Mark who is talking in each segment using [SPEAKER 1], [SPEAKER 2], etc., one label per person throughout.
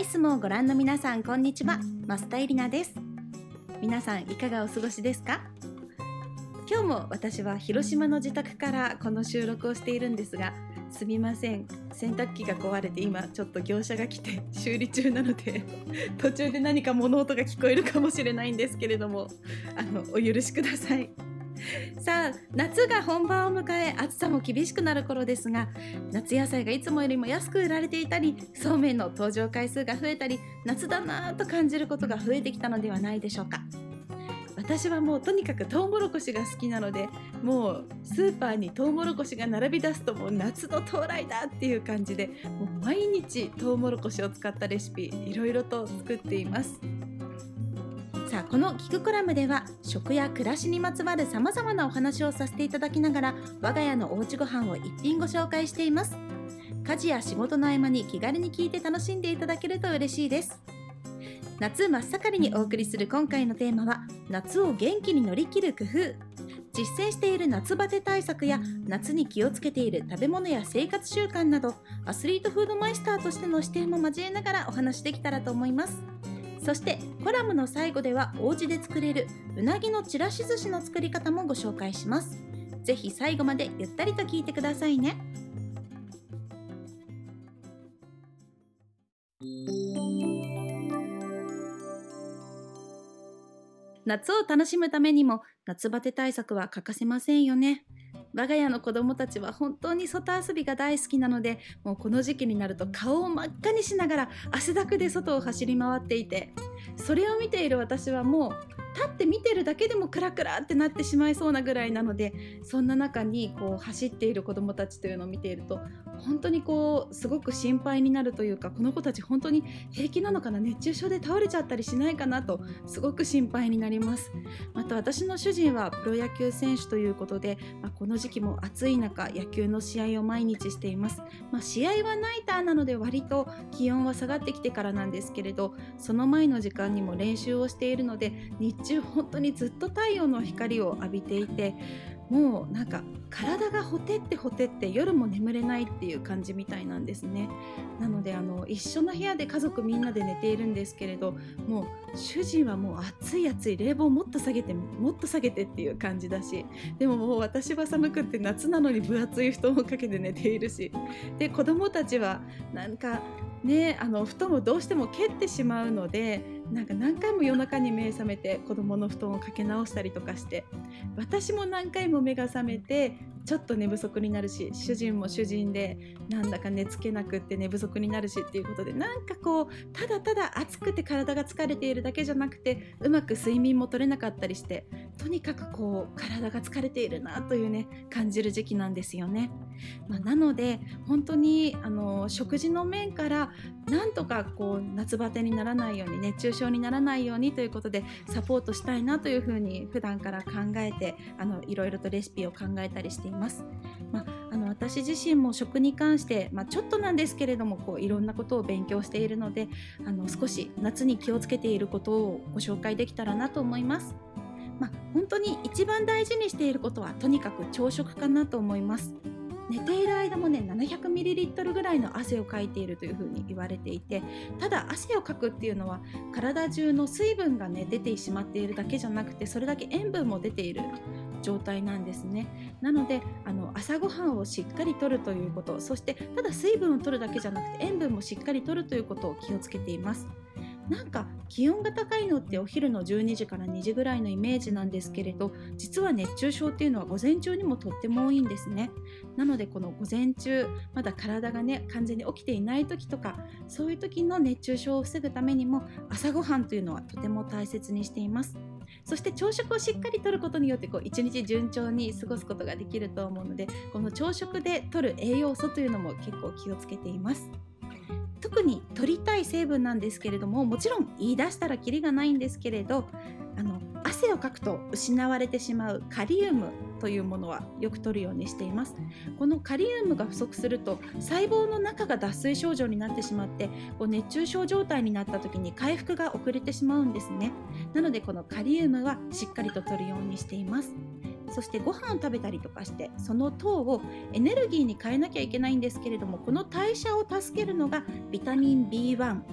[SPEAKER 1] スモをご覧の皆さん、こんにちは。増田絵里奈です。皆さんいかがお過ごしですか？今日も私は広島の自宅からこの収録をしているんですが、すみません、洗濯機が壊れて今ちょっと業者が来て修理中なので途中で何か物音が聞こえるかもしれないんですけれども、お許しください。さあ、夏が本番を迎え、暑さも厳しくなる頃ですが、夏野菜がいつもよりも安く売られていたり、そうめんの登場回数が増えたり、夏だなぁと感じることが増えてきたのではないでしょうか。私はもうとにかくトウモロコシが好きなので、もうスーパーにトウモロコシが並び出すともう夏の到来だっていう感じで、もう毎日トウモロコシを使ったレシピいろいろと作っています。さあ、このキクコラムでは食や暮らしにまつわるさまざまなお話をさせていただきながら、我が家のおうちご飯を一品ご紹介しています。家事や仕事の合間に気軽に聞いて楽しんでいただけると嬉しいです。夏真っ盛りにお送りする今回のテーマは、夏を元気に乗り切る工夫。実践している夏バテ対策や夏に気をつけている食べ物や生活習慣など、アスリートフードマイスターとしての視点も交えながらお話できたらと思います。そしてコラムの最後では、お家で作れるうなぎのちらし寿司の作り方もご紹介します。ぜひ最後までゆったりと聞いてくださいね。夏を楽しむためにも夏バテ対策は欠かせませんよね。我が家の子供たちは本当に外遊びが大好きなので、もうこの時期になると顔を真っ赤にしながら汗だくで外を走り回っていて、それを見ている私はもう立って見てるだけでもクラクラってなってしまいそうなぐらいなので、そんな中にこう走っている子どもたちというのを見ていると、本当にすごく心配になるというか、この子たち本当に平気なのかな、熱中症で倒れちゃったりしないかなとすごく心配になります。また私の主人はプロ野球選手ということで、この時期も暑い中野球の試合を毎日しています。試合はナイターなので割と気温は下がってきてからなんですけれど、その前の時間にも練習をしているので、日中本当にずっと太陽の光を浴びていて、もうなんか体がほてって夜も眠れないっていう感じみたいなんですね。なので一緒の部屋で家族みんなで寝ているんですけれど、もう主人はもう暑い冷房もっと下げてっていう感じだし、でももう私は寒くって夏なのに分厚い布団をかけて寝ているし、で子供たちはなんかね、布団をどうしても蹴ってしまうので、なんか何回も夜中に目覚めて子供の布団をかけ直したりとかして、私も何回も目が覚めてちょっと寝不足になるし、主人も主人でなんだか寝つけなくって寝不足になるしっていうことで、なんかただただ暑くて体が疲れているだけじゃなくて、うまく睡眠も取れなかったりして、とにかく体が疲れているなというね、感じる時期なんですよね。なので本当に食事の面からなんとか夏バテにならないように、熱中症にならないようにということでサポートしたいなというふうに普段から考えて、いろいろとレシピを考えたりしています。私自身も食に関して、ちょっとなんですけれどもいろんなことを勉強しているので、少し夏に気をつけていることをご紹介できたらなと思います。本当に一番大事にしていることはとにかく朝食かなと思います。寝ている間もね、700ml ぐらいの汗をかいているというふうに言われていて、ただ汗をかくっていうのは体中の水分がね出てしまっているだけじゃなくて、それだけ塩分も出ている状態なんですね。なので朝ごはんをしっかりとるということ、そしてただ水分を取るだけじゃなくて塩分もしっかりとるということを気をつけています。なんか気温が高いのってお昼の12時から2時ぐらいのイメージなんですけれど、実は熱中症っていうのは午前中にもとっても多いんですね。なのでこの午前中まだ体がね完全に起きていない時とか、そういう時の熱中症を防ぐためにも朝ごはんというのはとても大切にしています。そして朝食をしっかりとることによって一日順調に過ごすことができると思うので、この朝食で摂る栄養素というのも結構気をつけています。特に取りたい成分なんですけれども、もちろん言い出したらキリがないんですけれど、汗をかくと失われてしまうカリウムというものはよく取るようにしています。このカリウムが不足すると細胞の中が脱水症状になってしまって、熱中症状態になった時に回復が遅れてしまうんですね。なのでこのカリウムはしっかりと取るようにしています。そしてご飯を食べたりとかして、その糖をエネルギーに変えなきゃいけないんですけれども、この代謝を助けるのがビタミン B1、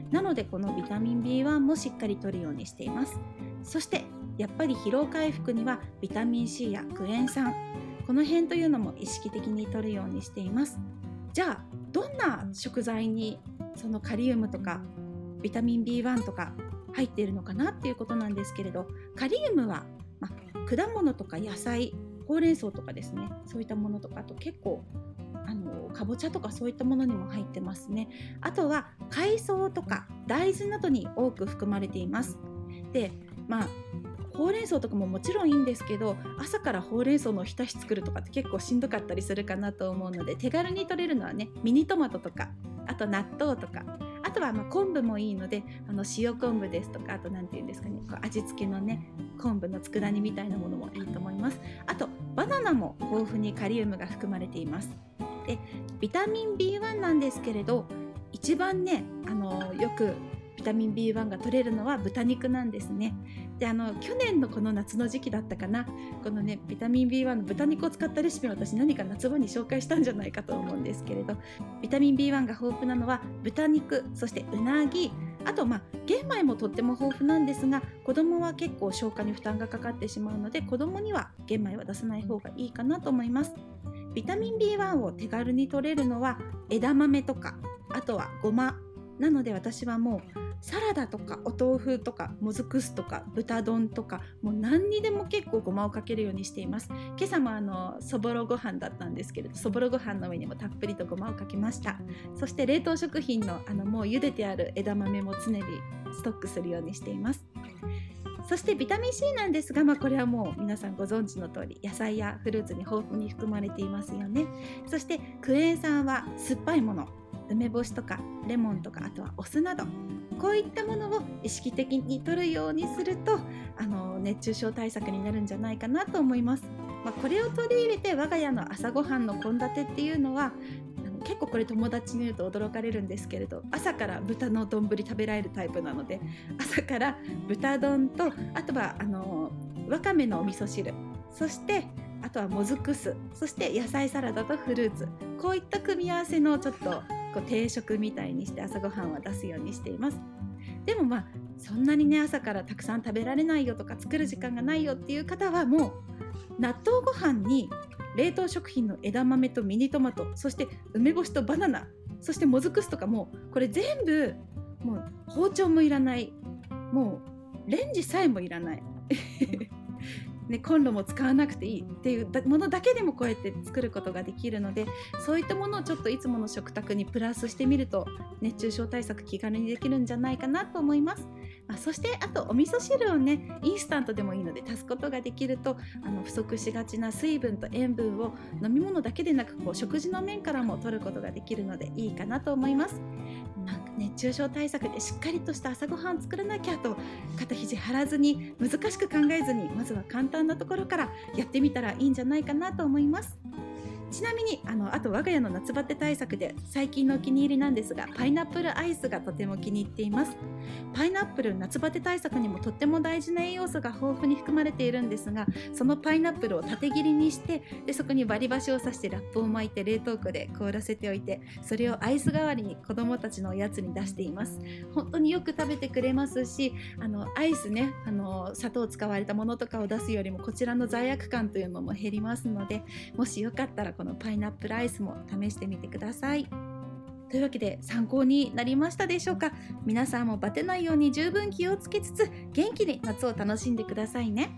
[SPEAKER 1] なのでこのビタミン B1 もしっかり摂るようにしています。そしてやっぱり疲労回復にはビタミン C やクエン酸、この辺というのも意識的に摂るようにしています。じゃあどんな食材にそのカリウムとかビタミン B1 とか入っているのかなっていうことなんですけれど、カリウムは、果物とか野菜、ほうれん草とかですね、そういったものとか、あと結構かぼちゃとかそういったものにも入ってますね。あとは海藻とか大豆などに多く含まれています。で、ほうれん草とかももちろんいいんですけど、朝からほうれん草のおひたし作るとかって結構しんどかったりするかなと思うので、手軽に取れるのはね、ミニトマトとか、あと納豆とか、あとは昆布もいいので、塩昆布ですとか、あと何て言うんですかね、こう味付けのね昆布の佃煮みたいなものもいいと思います。あとバナナも豊富にカリウムが含まれています。でビタミン B1 なんですけれど、一番ねよくビタミン B1 が取れるのは豚肉なんですね。で去年のこの夏の時期だったかな、このねビタミン B1 の豚肉を使ったレシピを私何か夏場に紹介したんじゃないかと思うんですけれど、ビタミン B1 が豊富なのは豚肉、そしてうなぎ、あと玄米もとっても豊富なんですが、子供は結構消化に負担がかかってしまうので、子供には玄米は出さない方がいいかなと思います。ビタミン B1 を手軽に取れるのは枝豆とか、あとはごまなので、私はもうサラダとかお豆腐とかもずく酢とか豚丼とか、もう何にでも結構ごまをかけるようにしています。今朝もそぼろご飯だったんですけれど、そぼろご飯の上にもたっぷりとごまをかけました。そして冷凍食品のもう茹でてある枝豆も常にストックするようにしています。そしてビタミン C なんですが、これはもう皆さんご存知の通り野菜やフルーツに豊富に含まれていますよね。そしてクエン酸は酸っぱいもの、梅干しとかレモンとか、あとはお酢など、こういったものを意識的に摂るようにすると熱中症対策になるんじゃないかなと思います。これを取り入れて我が家の朝ごはんの献立っていうのは、結構これ友達に言うと驚かれるんですけれど、朝から豚の丼食べられるタイプなので、朝から豚丼と、あとはわかめのお味噌汁、そしてあとはもずく酢、そして野菜サラダとフルーツ、こういった組み合わせのちょっと定食みたいにして朝ごはんは出すようにしています。でもそんなにね朝からたくさん食べられないよとか作る時間がないよっていう方は、もう納豆ご飯に冷凍食品の枝豆とミニトマト、そして梅干しとバナナ、そしてもずく酢とか、もうこれ全部もう包丁もいらない、もうレンジさえもいらないコンロも使わなくていいっていうものだけでもこうやって作ることができるので、そういったものをちょっといつもの食卓にプラスしてみると熱中症対策気軽にできるんじゃないかなと思います。そしてあとお味噌汁をねインスタントでもいいので足すことができると、不足しがちな水分と塩分を飲み物だけでなく食事の面からも取ることができるのでいいかなと思います。熱中症対策でしっかりとした朝ごはん作らなきゃと肩肘張らずに難しく考えずに、まずは簡単なところからやってみたらいいんじゃないかなと思います。ちなみにあと我が家の夏バテ対策で最近のお気に入りなんですが、パイナップルアイスがとても気に入っています。パイナップル、夏バテ対策にもとっても大事な栄養素が豊富に含まれているんですが、そのパイナップルを縦切りにして、でそこに割り箸を刺してラップを巻いて冷凍庫で凍らせておいて、それをアイス代わりに子どもたちのおやつに出しています。本当によく食べてくれますし、アイスね砂糖使われたものとかを出すよりもこちらの罪悪感というのも減りますので、もしよかったらこのパイナップルアイスも試してみてください。というわけで参考になりましたでしょうか。皆さんもバテないように十分気をつけつつ元気に夏を楽しんでくださいね。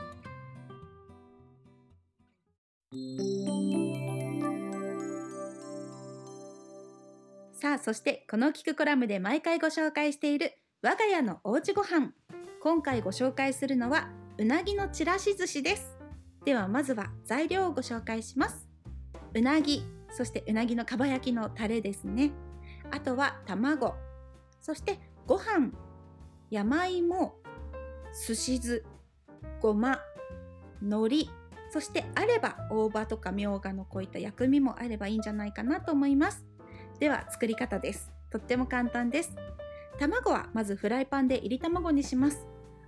[SPEAKER 1] さあ、そしてこのキクコラムで毎回ご紹介している我が家のおうちごはん、今回ご紹介するのはうなぎのちらし寿司です。ではまずは材料をご紹介します。うなぎ、そしてうなぎのかば焼きのタレですね。あとは卵、そしてご飯、山芋、すし酢、ごま、海苔、そしてあれば大葉とかみょうがのこういった薬味もあればいいんじゃないかなと思います。では作り方です。とっても簡単です。卵はまずフライパンで炒り卵にします。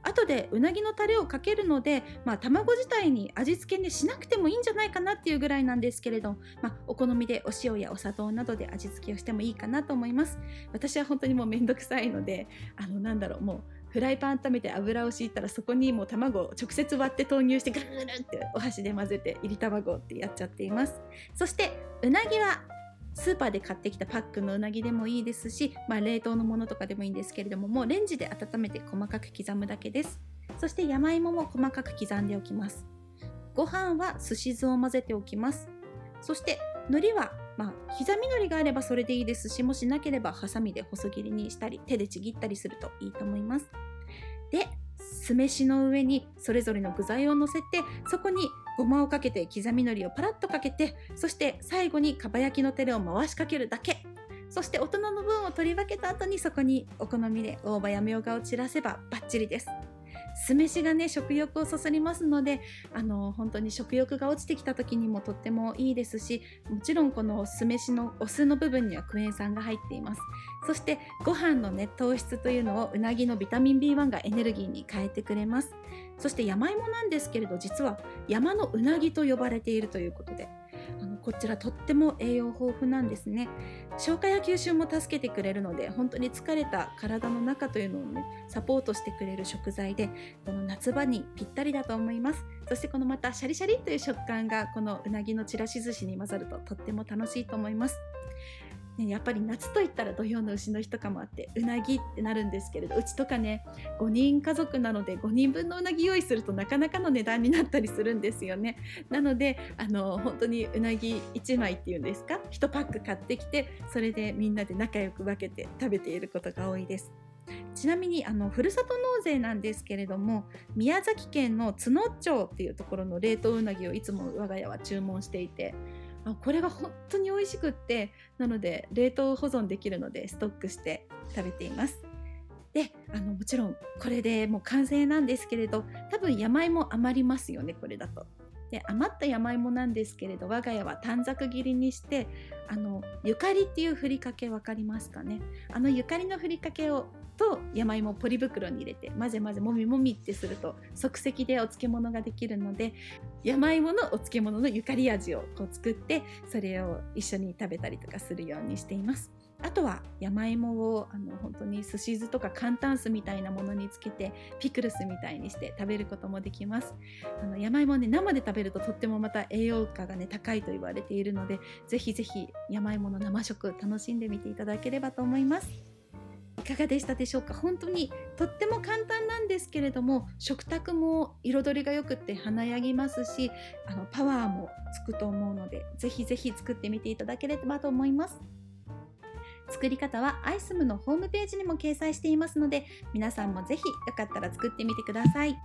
[SPEAKER 1] 後でうなぎのタレをかけるので、卵自体に味付けにしなくてもいいんじゃないかなっていうぐらいなんですけれど、お好みでお塩やお砂糖などで味付けをしてもいいかなと思います。私は本当にもうめんどくさいので、もうフライパン温めて油を敷いたら、そこにもう卵を直接割って投入してぐるぐるってお箸で混ぜて、いり卵ってやっちゃっています。そしてうなぎはスーパーで買ってきたパックのうなぎでもいいですし、冷凍のものとかでもいいんですけれども、もうレンジで温めて細かく刻むだけです。そして山芋も細かく刻んでおきます。ご飯はすし酢を混ぜておきます。そして海苔は刻み海苔があればそれでいいですし、もしなければハサミで細切りにしたり手でちぎったりするといいと思います。で、酢飯の上にそれぞれの具材を乗せて、そこにごまをかけて刻み海苔をパラッとかけて、そして最後にかば焼きのタレを回しかけるだけ。そして大人の分を取り分けた後に、そこにお好みで大葉やみょうがを散らせばバッチリです。酢飯がね、食欲をそそりますので、本当に食欲が落ちてきた時にもとってもいいですし、もちろんこの酢飯のお酢の部分にはクエン酸が入っています。そしてご飯のね、糖質というのをうなぎのビタミン B1 がエネルギーに変えてくれます。そして山芋なんですけれど、実は山のうなぎと呼ばれているということで、こちらとっても栄養豊富なんですね。消化や吸収も助けてくれるので、本当に疲れた体の中というのをね、サポートしてくれる食材で、この夏場にぴったりだと思います。そしてこのまたシャリシャリという食感がこのうなぎのちらし寿司に混ざるととっても楽しいと思います。やっぱり夏といったら土用の丑の日とかもあって、うなぎってなるんですけれど、うちとかね、5人家族なので5人分のうなぎ用意するとなかなかの値段になったりするんですよね。なので本当にうなぎ1枚っていうんですか、1パック買ってきて、それでみんなで仲良く分けて食べていることが多いです。ちなみにふるさと納税なんですけれども、宮崎県の津野町っていうところの冷凍うなぎをいつも我が家は注文していて、これが本当に美味しくって、なので冷凍保存できるのでストックして食べています。で、もちろんこれでもう完成なんですけれど、多分山芋余りますよね、これだと。で、余った山芋なんですけれど、我が家は短冊切りにして、ゆかりっていうふりかけわかりますかね。ゆかりのふりかけをと山芋をポリ袋に入れて混ぜ混ぜもみもみってすると即席でお漬物ができるので、山芋のお漬物のゆかり味を作って、それを一緒に食べたりとかするようにしています。あとは山芋を本当にすし酢とか簡単酢みたいなものにつけてピクルスみたいにして食べることもできます。山芋ね、生で食べるととってもまた栄養価がね高いと言われているので、ぜひぜひ山芋の生食楽しんでみていただければと思います。いかがでしたでしょうか。本当にとっても簡単なんですけれども、食卓も彩りがよくって華やぎますし、パワーもつくと思うので、ぜひぜひ作ってみていただければと思います。作り方はアイスムのホームページにも掲載していますので、皆さんもぜひよかったら作ってみてください。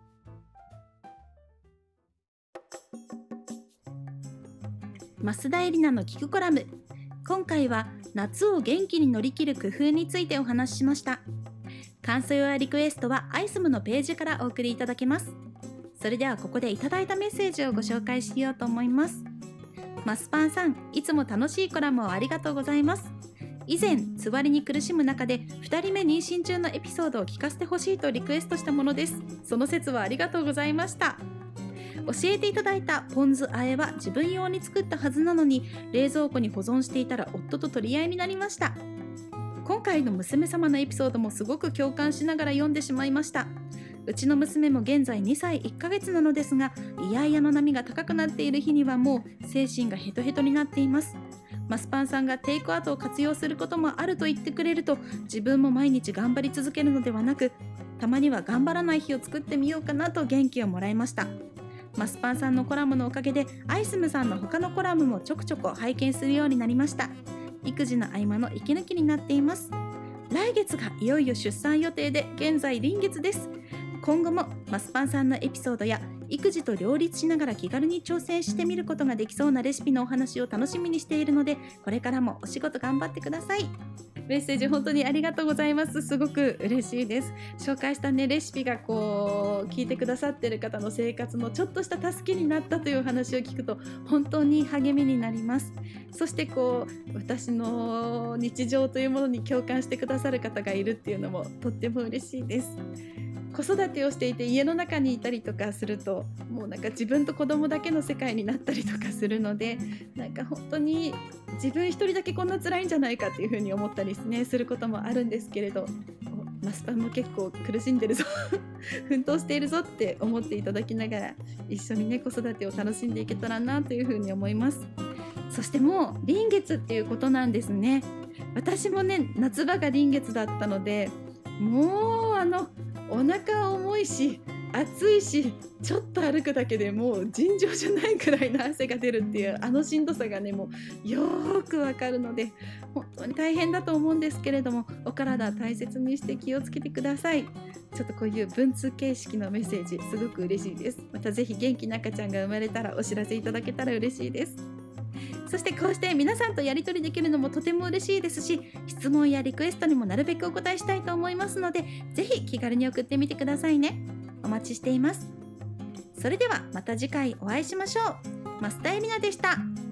[SPEAKER 1] 増田絵里奈の聞くコラム。今回は夏を元気に乗り切る工夫についてお話ししました。感想やリクエストはアイスムのページからお送りいただけます。それではここでいただいたメッセージをご紹介しようと思います。マスパンさん、いつも楽しいコラムをありがとうございます。以前、つわりに苦しむ中で2人目妊娠中のエピソードを聞かせてほしいとリクエストしたものです。その説はありがとうございました。教えていただいたポン酢あえは自分用に作ったはずなのに、冷蔵庫に保存していたら夫と取り合いになりました。今回の娘様のエピソードもすごく共感しながら読んでしまいました。うちの娘も現在2歳1ヶ月なのですが、イヤイヤの波が高くなっている日にはもう精神がヘトヘトになっています。マスパンさんがテイクアウトを活用することもあると言ってくれると、自分も毎日頑張り続けるのではなく、たまには頑張らない日を作ってみようかなと元気をもらいました。マスパンさんのコラムのおかげでアイスムさんの他のコラムもちょくちょく拝見するようになりました。育児の合間の息抜きになっています。来月がいよいよ出産予定で、現在臨月です。今後もマスパンさんのエピソードや育児と両立しながら気軽に挑戦してみることができそうなレシピのお話を楽しみにしているので、これからもお仕事頑張ってください。メッセージ本当にありがとうございます。すごく嬉しいです。紹介したねレシピが聞いてくださっている方の生活のちょっとした助けになったという話を聞くと本当に励みになります。そして私の日常というものに共感してくださる方がいるっていうのもとっても嬉しいです。 子育てをしていて家の中にいたりとかすると、もうなんか自分と子供だけの世界になったりとかするので、なんか本当に自分一人だけこんな辛いんじゃないかっていうふうに思ったりねすることもあるんですけれど、マスパンも結構苦しんでるぞ奮闘しているぞって思っていただきながら、一緒にね子育てを楽しんでいけたらなというふうに思います。そしてもう臨月っていうことなんですね。私もね夏場が臨月だったので、もうお腹重いし暑いし、ちょっと歩くだけでもう尋常じゃないくらいの汗が出るっていうしんどさがねもうよーくわかるので、本当に大変だと思うんですけれども、お体大切にして気をつけてください。ちょっとこういう文通形式のメッセージすごく嬉しいです。またぜひ元気な赤ちゃんが生まれたらお知らせいただけたら嬉しいです。そしてこうして皆さんとやり取りできるのもとても嬉しいですし、質問やリクエストにもなるべくお答えしたいと思いますので、ぜひ気軽に送ってみてくださいね。お待ちしています。それではまた次回お会いしましょう。増田絵里奈でした。